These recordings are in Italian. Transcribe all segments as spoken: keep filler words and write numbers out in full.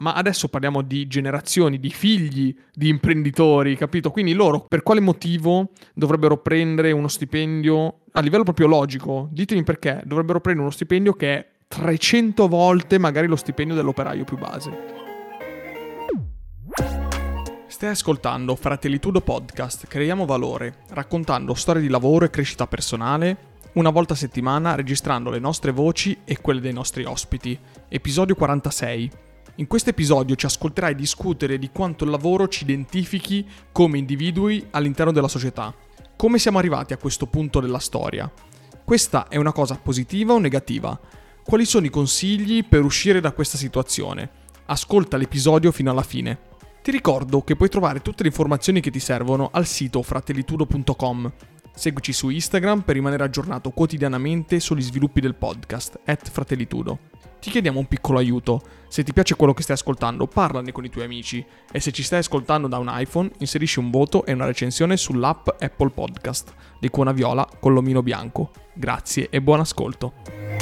ma adesso parliamo di generazioni, di figli di imprenditori, capito? Quindi loro per quale motivo dovrebbero prendere uno stipendio a livello proprio logico? Ditemi perché dovrebbero prendere uno stipendio che è trecento volte magari lo stipendio dell'operaio più base. Stai ascoltando Fratellitudo Podcast, creiamo valore, raccontando storie di lavoro e crescita personale, una volta a settimana registrando le nostre voci e quelle dei nostri ospiti. Episodio quarantasei. In questo episodio ci ascolterai discutere di quanto il lavoro ci identifichi come individui all'interno della società. Come siamo arrivati a questo punto della storia? Questa è una cosa positiva o negativa? Quali sono i consigli per uscire da questa situazione? Ascolta l'episodio fino alla fine. Ti ricordo che puoi trovare tutte le informazioni che ti servono al sito fratellitudo punto com. Seguici su Instagram per rimanere aggiornato quotidianamente sugli sviluppi del podcast, at fratellitudo. Ti chiediamo un piccolo aiuto. Se ti piace quello che stai ascoltando, parlane con i tuoi amici. E se ci stai ascoltando da un iPhone, inserisci un voto e una recensione sull'app Apple Podcast. L'icona viola con l'omino bianco. Grazie e buon ascolto.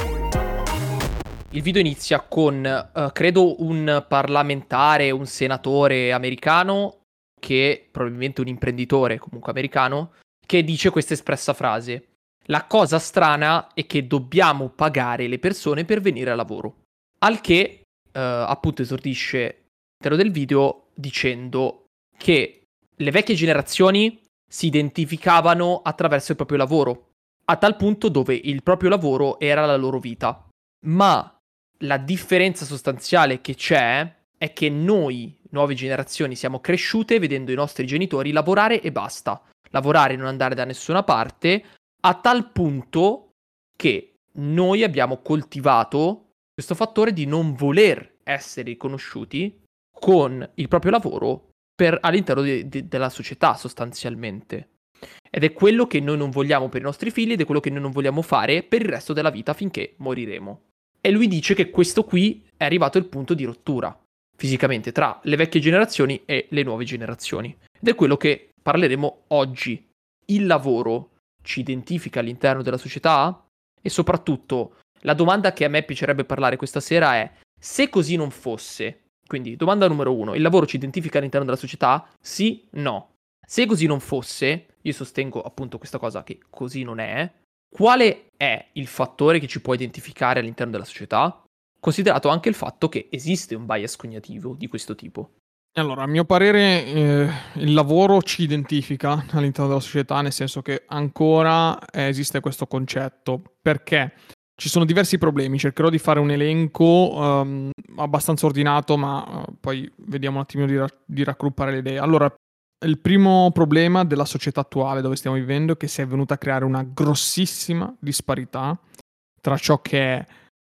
Il video inizia con, uh, credo, un parlamentare, un senatore americano, che probabilmente un imprenditore comunque americano, che dice questa espressa frase. La cosa strana è che dobbiamo pagare le persone per venire a lavoro. Al che, uh, appunto, esordisce all'interno del video dicendo che le vecchie generazioni si identificavano attraverso il proprio lavoro, a tal punto dove il proprio lavoro era la loro vita. Ma la differenza sostanziale che c'è è che noi, nuove generazioni, siamo cresciute vedendo i nostri genitori lavorare e basta. Lavorare e non andare da nessuna parte, a tal punto che noi abbiamo coltivato questo fattore di non voler essere riconosciuti con il proprio lavoro per, all'interno de, de, della società, sostanzialmente. Ed è quello che noi non vogliamo per i nostri figli ed è quello che noi non vogliamo fare per il resto della vita finché moriremo. E lui dice che questo qui è arrivato il punto di rottura, fisicamente, tra le vecchie generazioni e le nuove generazioni. Ed è quello che parleremo oggi. Il lavoro ci identifica all'interno della società? E soprattutto, la domanda che a me piacerebbe parlare questa sera è: se così non fosse, quindi domanda numero uno, il lavoro ci identifica all'interno della società? Sì, no. Se così non fosse, io sostengo appunto questa cosa che così non è, quale è il fattore che ci può identificare all'interno della società? Considerato anche il fatto che esiste un bias cognitivo di questo tipo. Allora, a mio parere eh, il lavoro ci identifica all'interno della società, nel senso che ancora eh, esiste questo concetto, perché ci sono diversi problemi. Cercherò di fare un elenco um, abbastanza ordinato, ma uh, poi vediamo un attimino di, ra- di raggruppare le idee. Allora, il primo problema della società attuale dove stiamo vivendo è che si è venuta a creare una grossissima disparità tra ciò che è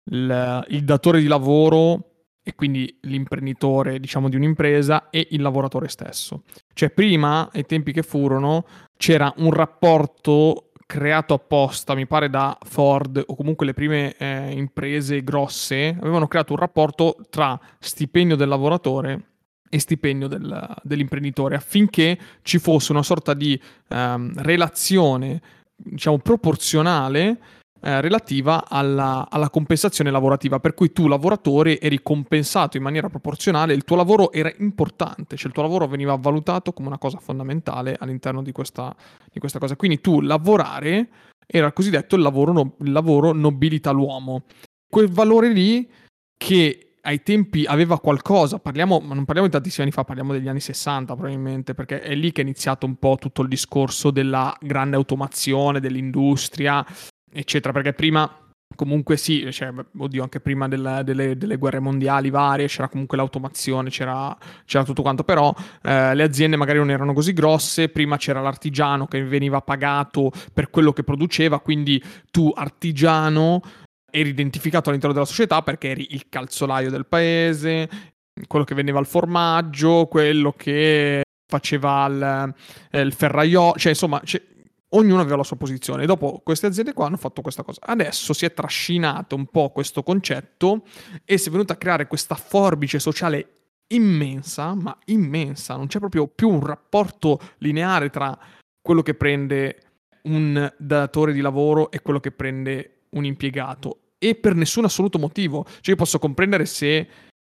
il, il datore di lavoro e quindi l'imprenditore, diciamo, di un'impresa e il lavoratore stesso. Cioè prima, ai tempi che furono, c'era un rapporto creato apposta, mi pare da Ford o comunque le prime eh, imprese grosse, avevano creato un rapporto tra stipendio del lavoratore e stipendio del, dell'imprenditore, affinché ci fosse una sorta di um, relazione, diciamo, proporzionale eh, relativa alla, alla compensazione lavorativa, per cui tu lavoratore eri compensato in maniera proporzionale, il tuo lavoro era importante, cioè il tuo lavoro veniva valutato come una cosa fondamentale all'interno di questa, di questa cosa. Quindi tu lavorare era il cosiddetto il lavoro, no, il lavoro nobilita l'uomo. Quel valore lì che ai tempi aveva qualcosa, parliamo, ma non parliamo di tantissimi anni fa, parliamo degli anni sessanta probabilmente, perché è lì che è iniziato un po' tutto il discorso della grande automazione, dell'industria, eccetera, perché prima comunque sì, cioè, oddio, anche prima del, delle, delle guerre mondiali varie c'era comunque l'automazione, c'era, c'era tutto quanto, però eh, le aziende magari non erano così grosse, prima c'era l'artigiano che veniva pagato per quello che produceva, quindi tu artigiano eri identificato all'interno della società perché eri il calzolaio del paese, quello che vendeva il formaggio, quello che faceva il, eh, il ferraio, cioè insomma, cioè, ognuno aveva la sua posizione. E dopo queste aziende qua hanno fatto questa cosa. Adesso si è trascinato un po' questo concetto e si è venuta a creare questa forbice sociale immensa, ma immensa. Non c'è proprio più un rapporto lineare tra quello che prende un datore di lavoro e quello che prende un impiegato, e per nessun assoluto motivo. Cioè io posso comprendere se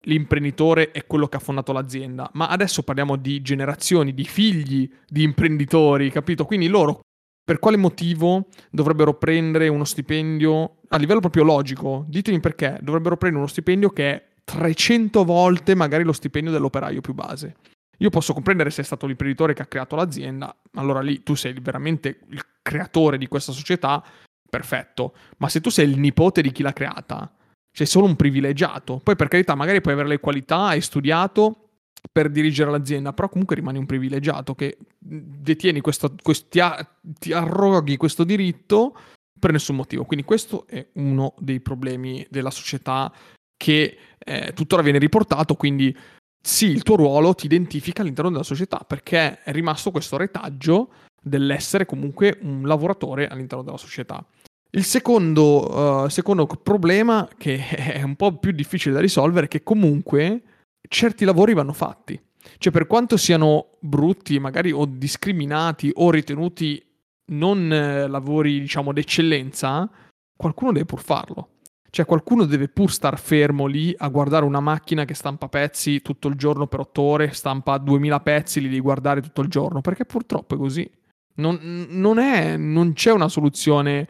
l'imprenditore è quello che ha fondato l'azienda, ma adesso parliamo di generazioni, di figli di imprenditori, capito? Quindi loro per quale motivo dovrebbero prendere uno stipendio a livello proprio logico? Ditemi perché dovrebbero prendere uno stipendio che è trecento volte magari lo stipendio dell'operaio più base. Io posso comprendere se è stato l'imprenditore che ha creato l'azienda, allora lì tu sei veramente il creatore di questa società, perfetto, ma se tu sei il nipote di chi l'ha creata, sei solo un privilegiato. Poi per carità magari puoi avere le qualità, hai studiato per dirigere l'azienda, però comunque rimani un privilegiato che detieni questo, questo ti, a, ti arroghi questo diritto per nessun motivo. Quindi questo è uno dei problemi della società che eh, tuttora viene riportato, quindi sì, il tuo ruolo ti identifica all'interno della società perché è rimasto questo retaggio dell'essere comunque un lavoratore all'interno della società. Il secondo, uh, secondo problema, che è un po' più difficile da risolvere, è che comunque certi lavori vanno fatti. Cioè, per quanto siano brutti, magari o discriminati o ritenuti non eh, lavori, diciamo, d'eccellenza, qualcuno deve pur farlo. Cioè, qualcuno deve pur star fermo lì a guardare una macchina che stampa pezzi tutto il giorno per otto ore, stampa duemila pezzi, li devi guardare tutto il giorno, perché purtroppo è così. Non, non, è, non c'è una soluzione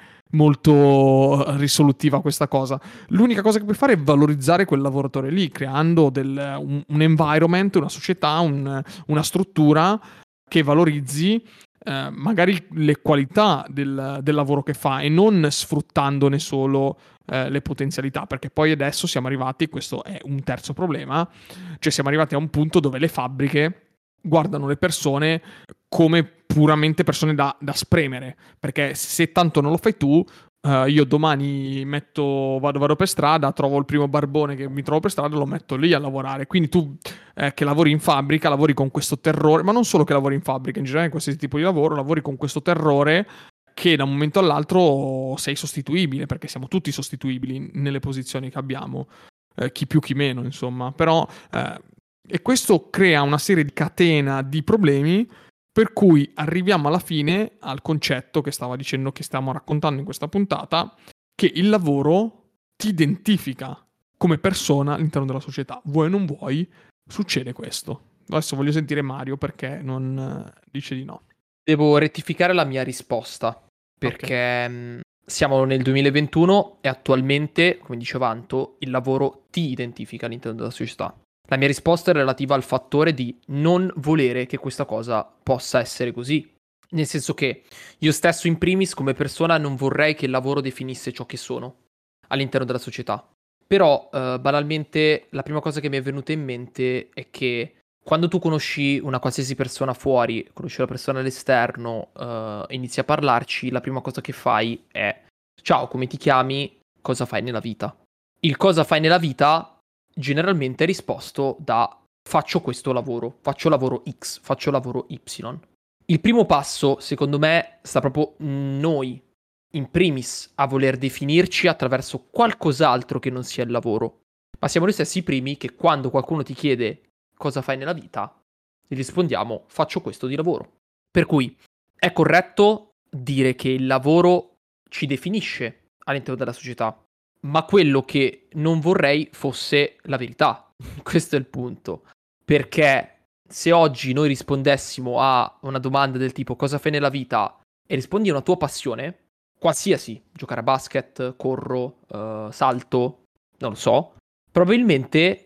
molto risolutiva a questa cosa. L'unica cosa che puoi fare è valorizzare quel lavoratore lì, creando del, un, un environment, una società, un, una struttura che valorizzi eh, magari le qualità del, del lavoro che fa e non sfruttandone solo eh, le potenzialità, perché poi adesso siamo arrivati, questo è un terzo problema, cioè siamo arrivati a un punto dove le fabbriche guardano le persone come puramente persone da, da spremere, perché se tanto non lo fai tu, uh, io domani metto, vado, vado per strada, trovo il primo barbone che mi trovo per strada e lo metto lì a lavorare. Quindi tu eh, che lavori in fabbrica, lavori con questo terrore, ma non solo che lavori in fabbrica, in generale in qualsiasi tipo di lavoro, lavori con questo terrore che da un momento all'altro sei sostituibile, perché siamo tutti sostituibili nelle posizioni che abbiamo, eh, chi più chi meno, insomma. Però, eh, e questo crea una serie di catena di problemi per cui arriviamo alla fine al concetto che stava dicendo, che stiamo raccontando in questa puntata, che il lavoro ti identifica come persona all'interno della società. Vuoi o non vuoi, succede questo. Adesso voglio sentire Mario perché non uh, dice di no. Devo rettificare la mia risposta, perché okay. Siamo nel duemilaventuno e attualmente, come dicevo Anto, il lavoro ti identifica all'interno della società. La mia risposta è relativa al fattore di non volere che questa cosa possa essere così. Nel senso che io stesso in primis come persona non vorrei che il lavoro definisse ciò che sono all'interno della società. Però eh, banalmente la prima cosa che mi è venuta in mente è che quando tu conosci una qualsiasi persona fuori, conosci una persona all'esterno, uh, inizi a parlarci, la prima cosa che fai è ciao, come ti chiami, cosa fai nella vita? Il cosa fai nella vita generalmente è risposto da faccio questo lavoro, faccio lavoro X, faccio lavoro Y. Il primo passo, secondo me, sta proprio noi, in primis, a voler definirci attraverso qualcos'altro che non sia il lavoro. Ma siamo noi stessi i primi che quando qualcuno ti chiede cosa fai nella vita, gli rispondiamo faccio questo di lavoro. Per cui è corretto dire che il lavoro ci definisce all'interno della società, ma quello che non vorrei fosse la verità. Questo è il punto. Perché se oggi noi rispondessimo a una domanda del tipo cosa fai nella vita e rispondi a una tua passione, qualsiasi, giocare a basket, corro, uh, salto, non lo so, probabilmente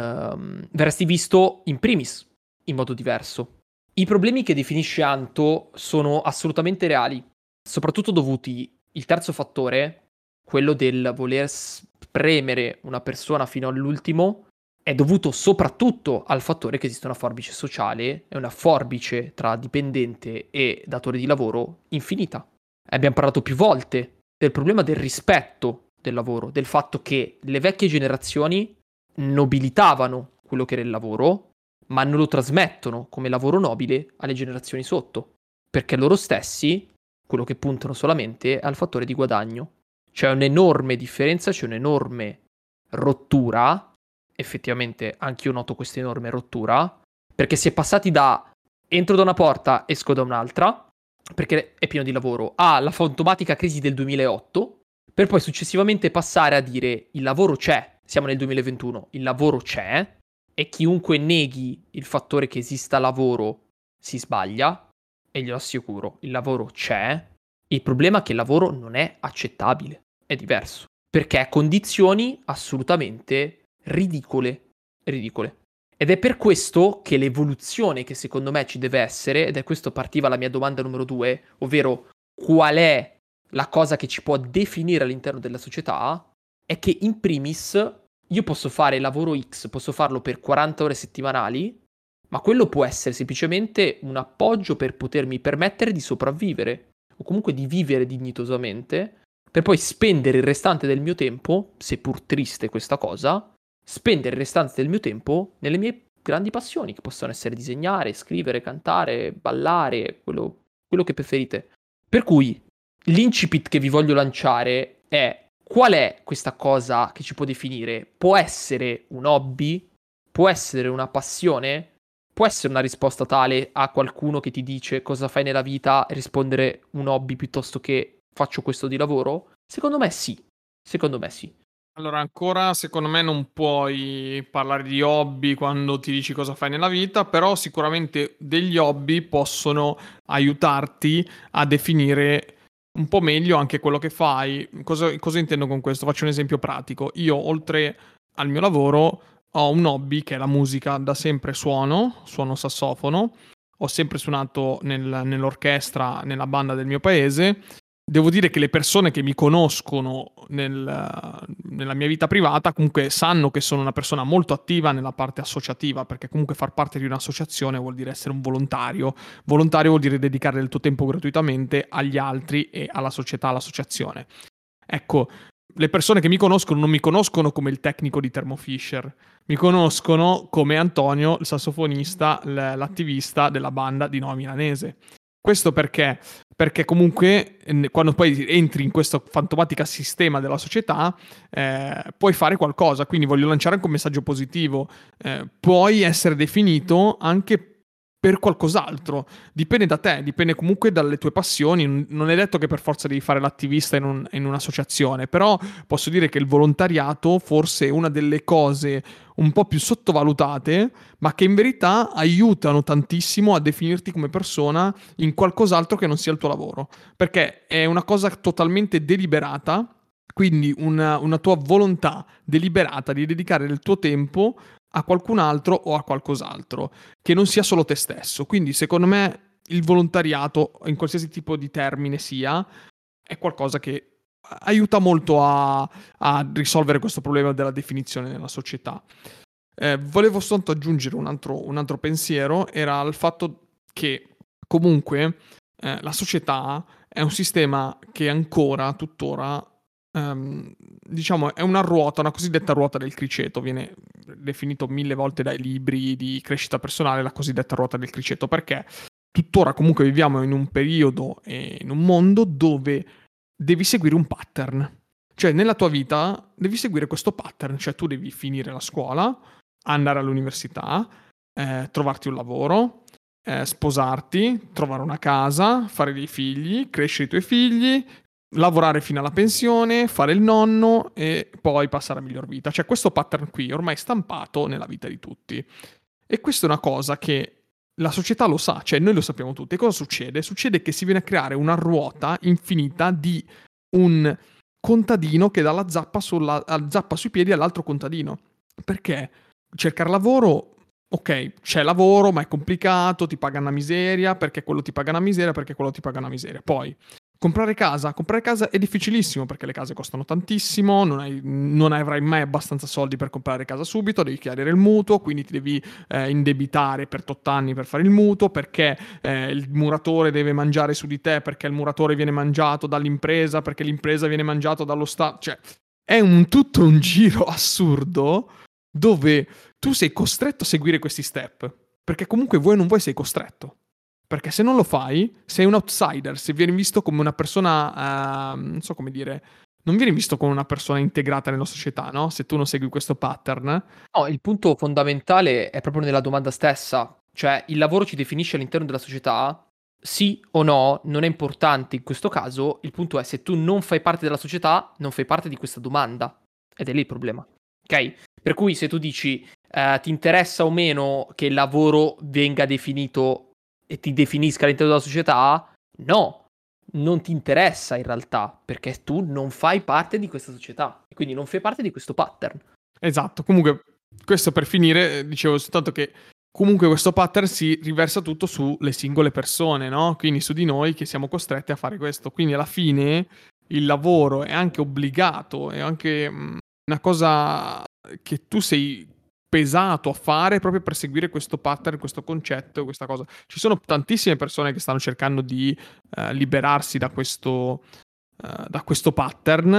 Uh, verresti visto in primis in modo diverso. I problemi che definisce Anto sono assolutamente reali, soprattutto dovuti il terzo fattore, quello del voler spremere una persona fino all'ultimo, è dovuto soprattutto al fattore che esiste una forbice sociale e una forbice tra dipendente e datore di lavoro infinita. Abbiamo parlato più volte del problema del rispetto del lavoro, del fatto che le vecchie generazioni nobilitavano quello che era il lavoro, ma non lo trasmettono come lavoro nobile alle generazioni sotto, perché loro stessi quello che puntano solamente è al fattore di guadagno. C'è un'enorme differenza, c'è un'enorme rottura, effettivamente anch'io noto questa enorme rottura, perché si è passati da entro da una porta, esco da un'altra, perché è pieno di lavoro, alla fantomatica crisi del duemilaotto, per poi successivamente passare a dire il lavoro c'è, siamo nel duemilaventuno, il lavoro c'è e chiunque neghi il fattore che esista lavoro si sbaglia, e glielo assicuro, il lavoro c'è. Il problema è che il lavoro non è accettabile, è diverso, perché ha condizioni assolutamente ridicole, ridicole. Ed è per questo che l'evoluzione che secondo me ci deve essere, ed è questo partiva la mia domanda numero due, ovvero qual è la cosa che ci può definire all'interno della società, è che in primis io posso fare lavoro X, posso farlo per quaranta ore settimanali, ma quello può essere semplicemente un appoggio per potermi permettere di sopravvivere, o comunque di vivere dignitosamente, per poi spendere il restante del mio tempo, seppur triste questa cosa, spendere il restante del mio tempo nelle mie grandi passioni, che possono essere disegnare, scrivere, cantare, ballare, quello, quello che preferite. Per cui l'incipit che vi voglio lanciare è: qual è questa cosa che ci può definire? Può essere un hobby? Può essere una passione? Può essere una risposta tale a qualcuno che ti dice cosa fai nella vita e rispondere un hobby piuttosto che faccio questo di lavoro? Secondo me sì. Secondo me sì. Allora, ancora secondo me non puoi parlare di hobby quando ti dici cosa fai nella vita, però sicuramente degli hobby possono aiutarti a definire un po' meglio anche quello che fai. Cosa, cosa intendo con questo? Faccio un esempio pratico. Io, oltre al mio lavoro, ho un hobby che è la musica. Da sempre suono, suono sassofono, ho sempre suonato nel- nell'orchestra, nella banda del mio paese. Devo dire che le persone che mi conoscono nel- nella mia vita privata comunque sanno che sono una persona molto attiva nella parte associativa, perché comunque far parte di un'associazione vuol dire essere un volontario. Volontario vuol dire dedicare del tuo tempo gratuitamente agli altri e alla società, all'associazione. Ecco, le persone che mi conoscono non mi conoscono come il tecnico di Thermo Fisher, mi conoscono come Antonio, il sassofonista, l- l'attivista della banda di Nova Milanese. Questo perché? Perché comunque eh, quando poi entri in questo fantomatico sistema della società eh, puoi fare qualcosa, quindi voglio lanciare anche un messaggio positivo. Eh, puoi essere definito anche per qualcos'altro, dipende da te, dipende comunque dalle tue passioni, non è detto che per forza devi fare l'attivista in, un- in un'associazione, però posso dire che il volontariato forse è una delle cose un po' più sottovalutate, ma che in verità aiutano tantissimo a definirti come persona in qualcos'altro che non sia il tuo lavoro, perché è una cosa totalmente deliberata, quindi una, una tua volontà deliberata di dedicare del tuo tempo a qualcun altro o a qualcos'altro, che non sia solo te stesso. Quindi secondo me il volontariato, in qualsiasi tipo di termine sia, è qualcosa che aiuta molto a, a risolvere questo problema della definizione nella società. Eh, volevo soltanto aggiungere un altro, un altro pensiero, era il fatto che comunque eh, la società è un sistema che ancora, tuttora, ehm, diciamo, è una ruota, una cosiddetta ruota del criceto, viene definito mille volte dai libri di crescita personale la cosiddetta ruota del criceto, perché tuttora comunque viviamo in un periodo e in un mondo dove devi seguire un pattern. Cioè, nella tua vita devi seguire questo pattern, cioè tu devi finire la scuola, andare all'università, eh, trovarti un lavoro, eh, sposarti, trovare una casa, fare dei figli, crescere i tuoi figli, lavorare fino alla pensione, fare il nonno e poi passare a miglior vita. Cioè questo pattern qui ormai è stampato nella vita di tutti. E questa è una cosa che la società lo sa, cioè noi lo sappiamo tutti. E cosa succede? Succede che si viene a creare una ruota infinita di un contadino che dà la zappa, sulla, zappa sui piedi all'altro contadino. Perché cercare lavoro, ok, c'è lavoro, ma è complicato, ti paga una miseria, perché quello ti paga una miseria, perché quello ti paga una miseria. Poi, comprare casa, comprare casa è difficilissimo perché le case costano tantissimo, non, hai, non avrai mai abbastanza soldi per comprare casa subito, devi chiedere il mutuo, quindi ti devi eh, indebitare per otto anni per fare il mutuo, perché eh, il muratore deve mangiare su di te, perché il muratore viene mangiato dall'impresa, perché l'impresa viene mangiato dallo Stato, cioè è un tutto un giro assurdo dove tu sei costretto a seguire questi step, perché comunque vuoi o non vuoi sei costretto. Perché se non lo fai, sei un outsider, se vieni visto come una persona, uh, non so come dire, non vieni visto come una persona integrata nella società, no? Se tu non segui questo pattern. No, il punto fondamentale è proprio nella domanda stessa, cioè il lavoro ci definisce all'interno della società? Sì o no, non è importante in questo caso, il punto è se tu non fai parte della società, non fai parte di questa domanda. Ed è lì il problema. ok? Per cui se tu dici eh, ti interessa o meno che il lavoro venga definito e ti definisca all'interno della società, no, non ti interessa in realtà, perché tu non fai parte di questa società e quindi non fai parte di questo pattern. Esatto, comunque questo per finire, dicevo soltanto che comunque questo pattern si riversa tutto sulle singole persone, no? Quindi su di noi che siamo costretti a fare questo. Quindi alla fine il lavoro è anche obbligato, è anche mh, una cosa che tu sei pesato a fare proprio per seguire questo pattern, questo concetto, questa cosa. Ci sono tantissime persone che stanno cercando di eh, liberarsi da questo, eh, da questo pattern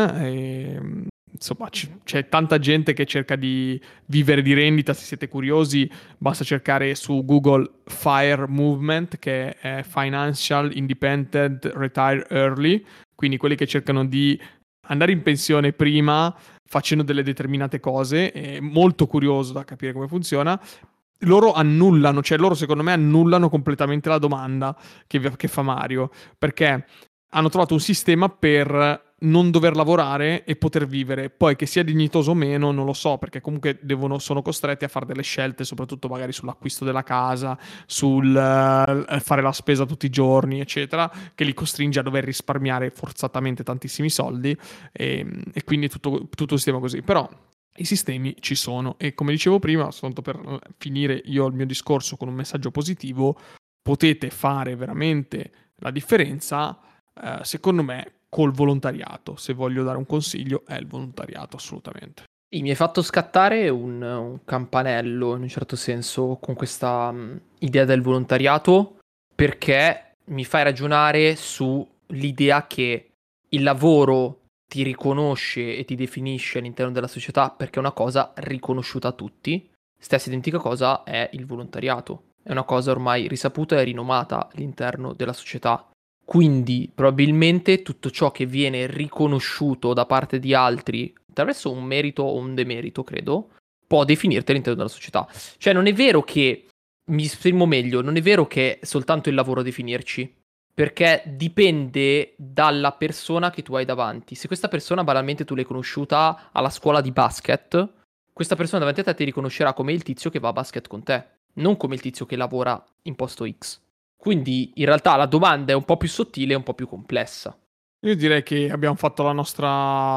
e, insomma, c- c'è tanta gente che cerca di vivere di rendita. Se siete curiosi, basta cercare su Google FIRE Movement, che è Financial Independent Retire Early, quindi quelli che cercano di andare in pensione prima facendo delle determinate cose. È molto curioso da capire come funziona. Loro annullano, cioè loro secondo me annullano completamente la domanda che, che fa Mario, perché hanno trovato un sistema per non dover lavorare e poter vivere. Poi che sia dignitoso o meno non lo so, perché comunque devono, sono costretti a fare delle scelte, soprattutto magari sull'acquisto della casa, sul uh, fare la spesa tutti i giorni, eccetera, che li costringe a dover risparmiare forzatamente tantissimi soldi e, e quindi tutto, tutto un sistema così. Però i sistemi ci sono e, come dicevo prima, soltanto per finire io il mio discorso con un messaggio positivo, potete fare veramente la differenza, eh, secondo me, col volontariato. Se voglio dare un consiglio, è il volontariato, assolutamente. E mi hai fatto scattare un, un campanello in un certo senso con questa um, idea del volontariato, perché mi fai ragionare sull'idea che il lavoro ti riconosce e ti definisce all'interno della società perché è una cosa riconosciuta a tutti. Stessa identica cosa è il volontariato. È una cosa ormai risaputa e rinomata all'interno della società. Quindi probabilmente tutto ciò che viene riconosciuto da parte di altri attraverso un merito o un demerito, credo, può definirti all'interno della società. Cioè non è vero che, mi esprimo meglio, non è vero che è soltanto il lavoro a definirci, perché dipende dalla persona che tu hai davanti. Se questa persona banalmente tu l'hai conosciuta alla scuola di basket, questa persona davanti a te ti riconoscerà come il tizio che va a basket con te, non come il tizio che lavora in posto X. Quindi in realtà la domanda è un po' più sottile e un po' più complessa. Io direi che abbiamo fatto la nostra,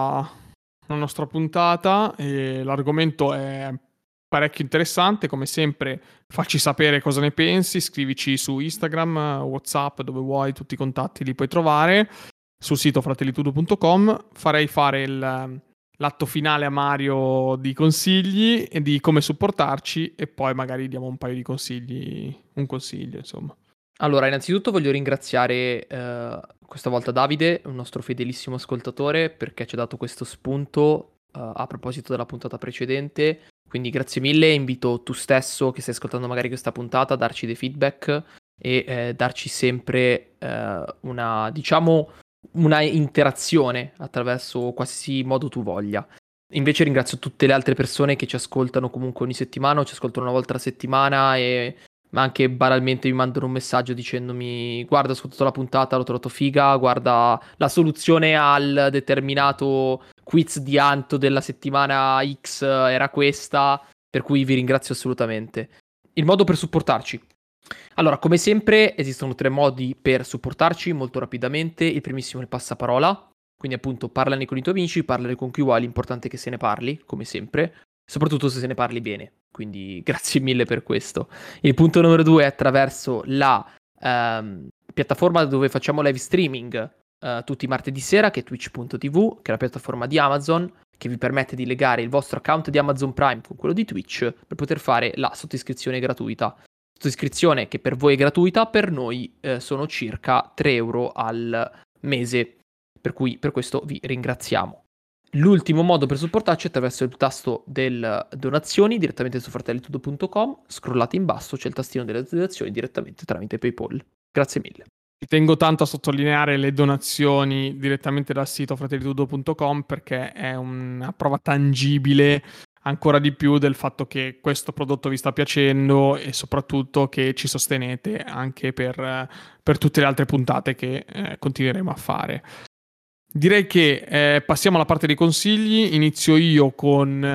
la nostra puntata e l'argomento è parecchio interessante. Come sempre, facci sapere cosa ne pensi, scrivici su Instagram, WhatsApp, dove vuoi, tutti i contatti li puoi trovare, sul sito fratellitudo punto com. Farei fare il, l'atto finale a Mario di consigli e di come supportarci e poi magari diamo un paio di consigli, un consiglio, insomma. Allora, innanzitutto voglio ringraziare eh, questa volta Davide, un nostro fedelissimo ascoltatore, perché ci ha dato questo spunto eh, a proposito della puntata precedente. Quindi grazie mille, invito tu stesso che stai ascoltando magari questa puntata a darci dei feedback e eh, darci sempre eh, una, diciamo, una interazione attraverso qualsiasi modo tu voglia. Invece ringrazio tutte le altre persone che ci ascoltano comunque ogni settimana, o ci ascoltano una volta alla settimana e ma anche banalmente mi mandano un messaggio dicendomi guarda, ho ascoltato la puntata, l'ho trovato figa, guarda la soluzione al determinato quiz di Anto della settimana X era questa, per cui vi ringrazio assolutamente. Il modo per supportarci. Allora, come sempre esistono tre modi per supportarci molto rapidamente. Il primissimo è il passaparola, quindi appunto parlane con i tuoi amici, parlane con chi vuoi, l'importante è che se ne parli, come sempre, soprattutto se se ne parli bene. Quindi grazie mille per questo. Il punto numero due è attraverso la ehm, piattaforma dove facciamo live streaming eh, tutti i martedì sera, che è twitch punto tv, che è la piattaforma di Amazon, che vi permette di legare il vostro account di Amazon Prime con quello di Twitch per poter fare la sottoscrizione gratuita. Sottoscrizione che per voi è gratuita, per noi eh, sono circa tre euro al mese, per cui per questo vi ringraziamo. L'ultimo modo per supportarci è attraverso il tasto delle donazioni direttamente su fratellitudo punto com. Scrollate in basso, c'è il tastino delle donazioni direttamente tramite PayPal. Grazie mille. Ci tengo tanto a sottolineare le donazioni direttamente dal sito fratellitudo punto com perché è una prova tangibile ancora di più del fatto che questo prodotto vi sta piacendo e soprattutto che ci sostenete anche per, per tutte le altre puntate che eh, continueremo a fare. Direi che eh, passiamo alla parte dei consigli. Inizio io con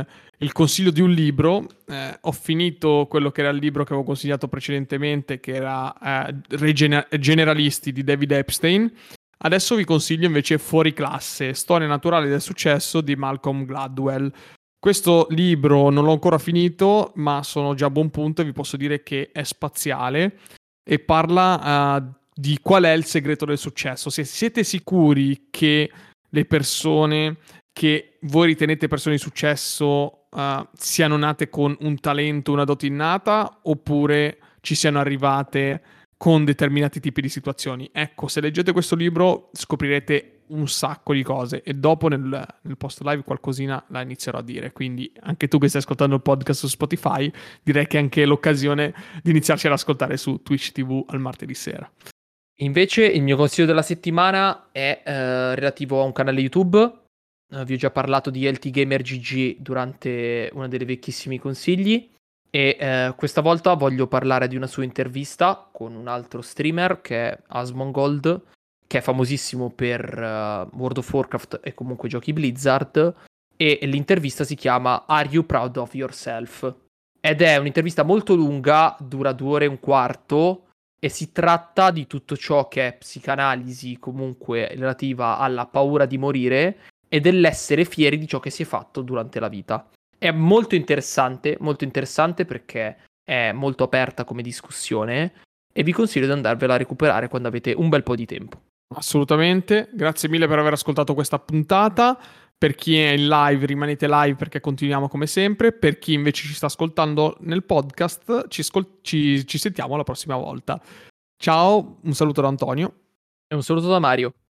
il consiglio di un libro. Eh, ho finito quello che era il libro che avevo consigliato precedentemente, che era eh, Re Gene- Generalisti di David Epstein. Adesso vi consiglio invece Fuori classe, Storia naturale del successo di Malcolm Gladwell. Questo libro non l'ho ancora finito, ma sono già a buon punto e vi posso dire che è spaziale e parla uh, di qual è il segreto del successo. Se siete sicuri che le persone che voi ritenete persone di successo uh, siano nate con un talento, una dote innata, oppure ci siano arrivate con determinati tipi di situazioni. Ecco, se leggete questo libro scoprirete un sacco di cose e dopo nel, nel post live qualcosina la inizierò a dire, quindi anche tu che stai ascoltando il podcast su Spotify direi che è anche l'occasione di iniziarci ad ascoltare su Twitch T V al martedì sera. Invece il mio consiglio della settimana è eh, relativo a un canale YouTube. Uh, vi ho già parlato di L T Gamer G G durante una delle vecchissimi consigli e uh, questa volta voglio parlare di una sua intervista con un altro streamer che è Asmongold, che è famosissimo per uh, World of Warcraft e comunque giochi Blizzard, e l'intervista si chiama Are You Proud of Yourself? Ed è un'intervista molto lunga, dura due ore e un quarto, e si tratta di tutto ciò che è psicanalisi comunque relativa alla paura di morire e dell'essere fieri di ciò che si è fatto durante la vita. È molto interessante, molto interessante perché è molto aperta come discussione e vi consiglio di andarvela a recuperare quando avete un bel po' di tempo. Assolutamente, grazie mille per aver ascoltato questa puntata. Per chi è in live rimanete live perché continuiamo come sempre, per chi invece ci sta ascoltando nel podcast ci, ascol- ci, ci sentiamo la prossima volta. Ciao, un saluto da Antonio E un saluto da Mario.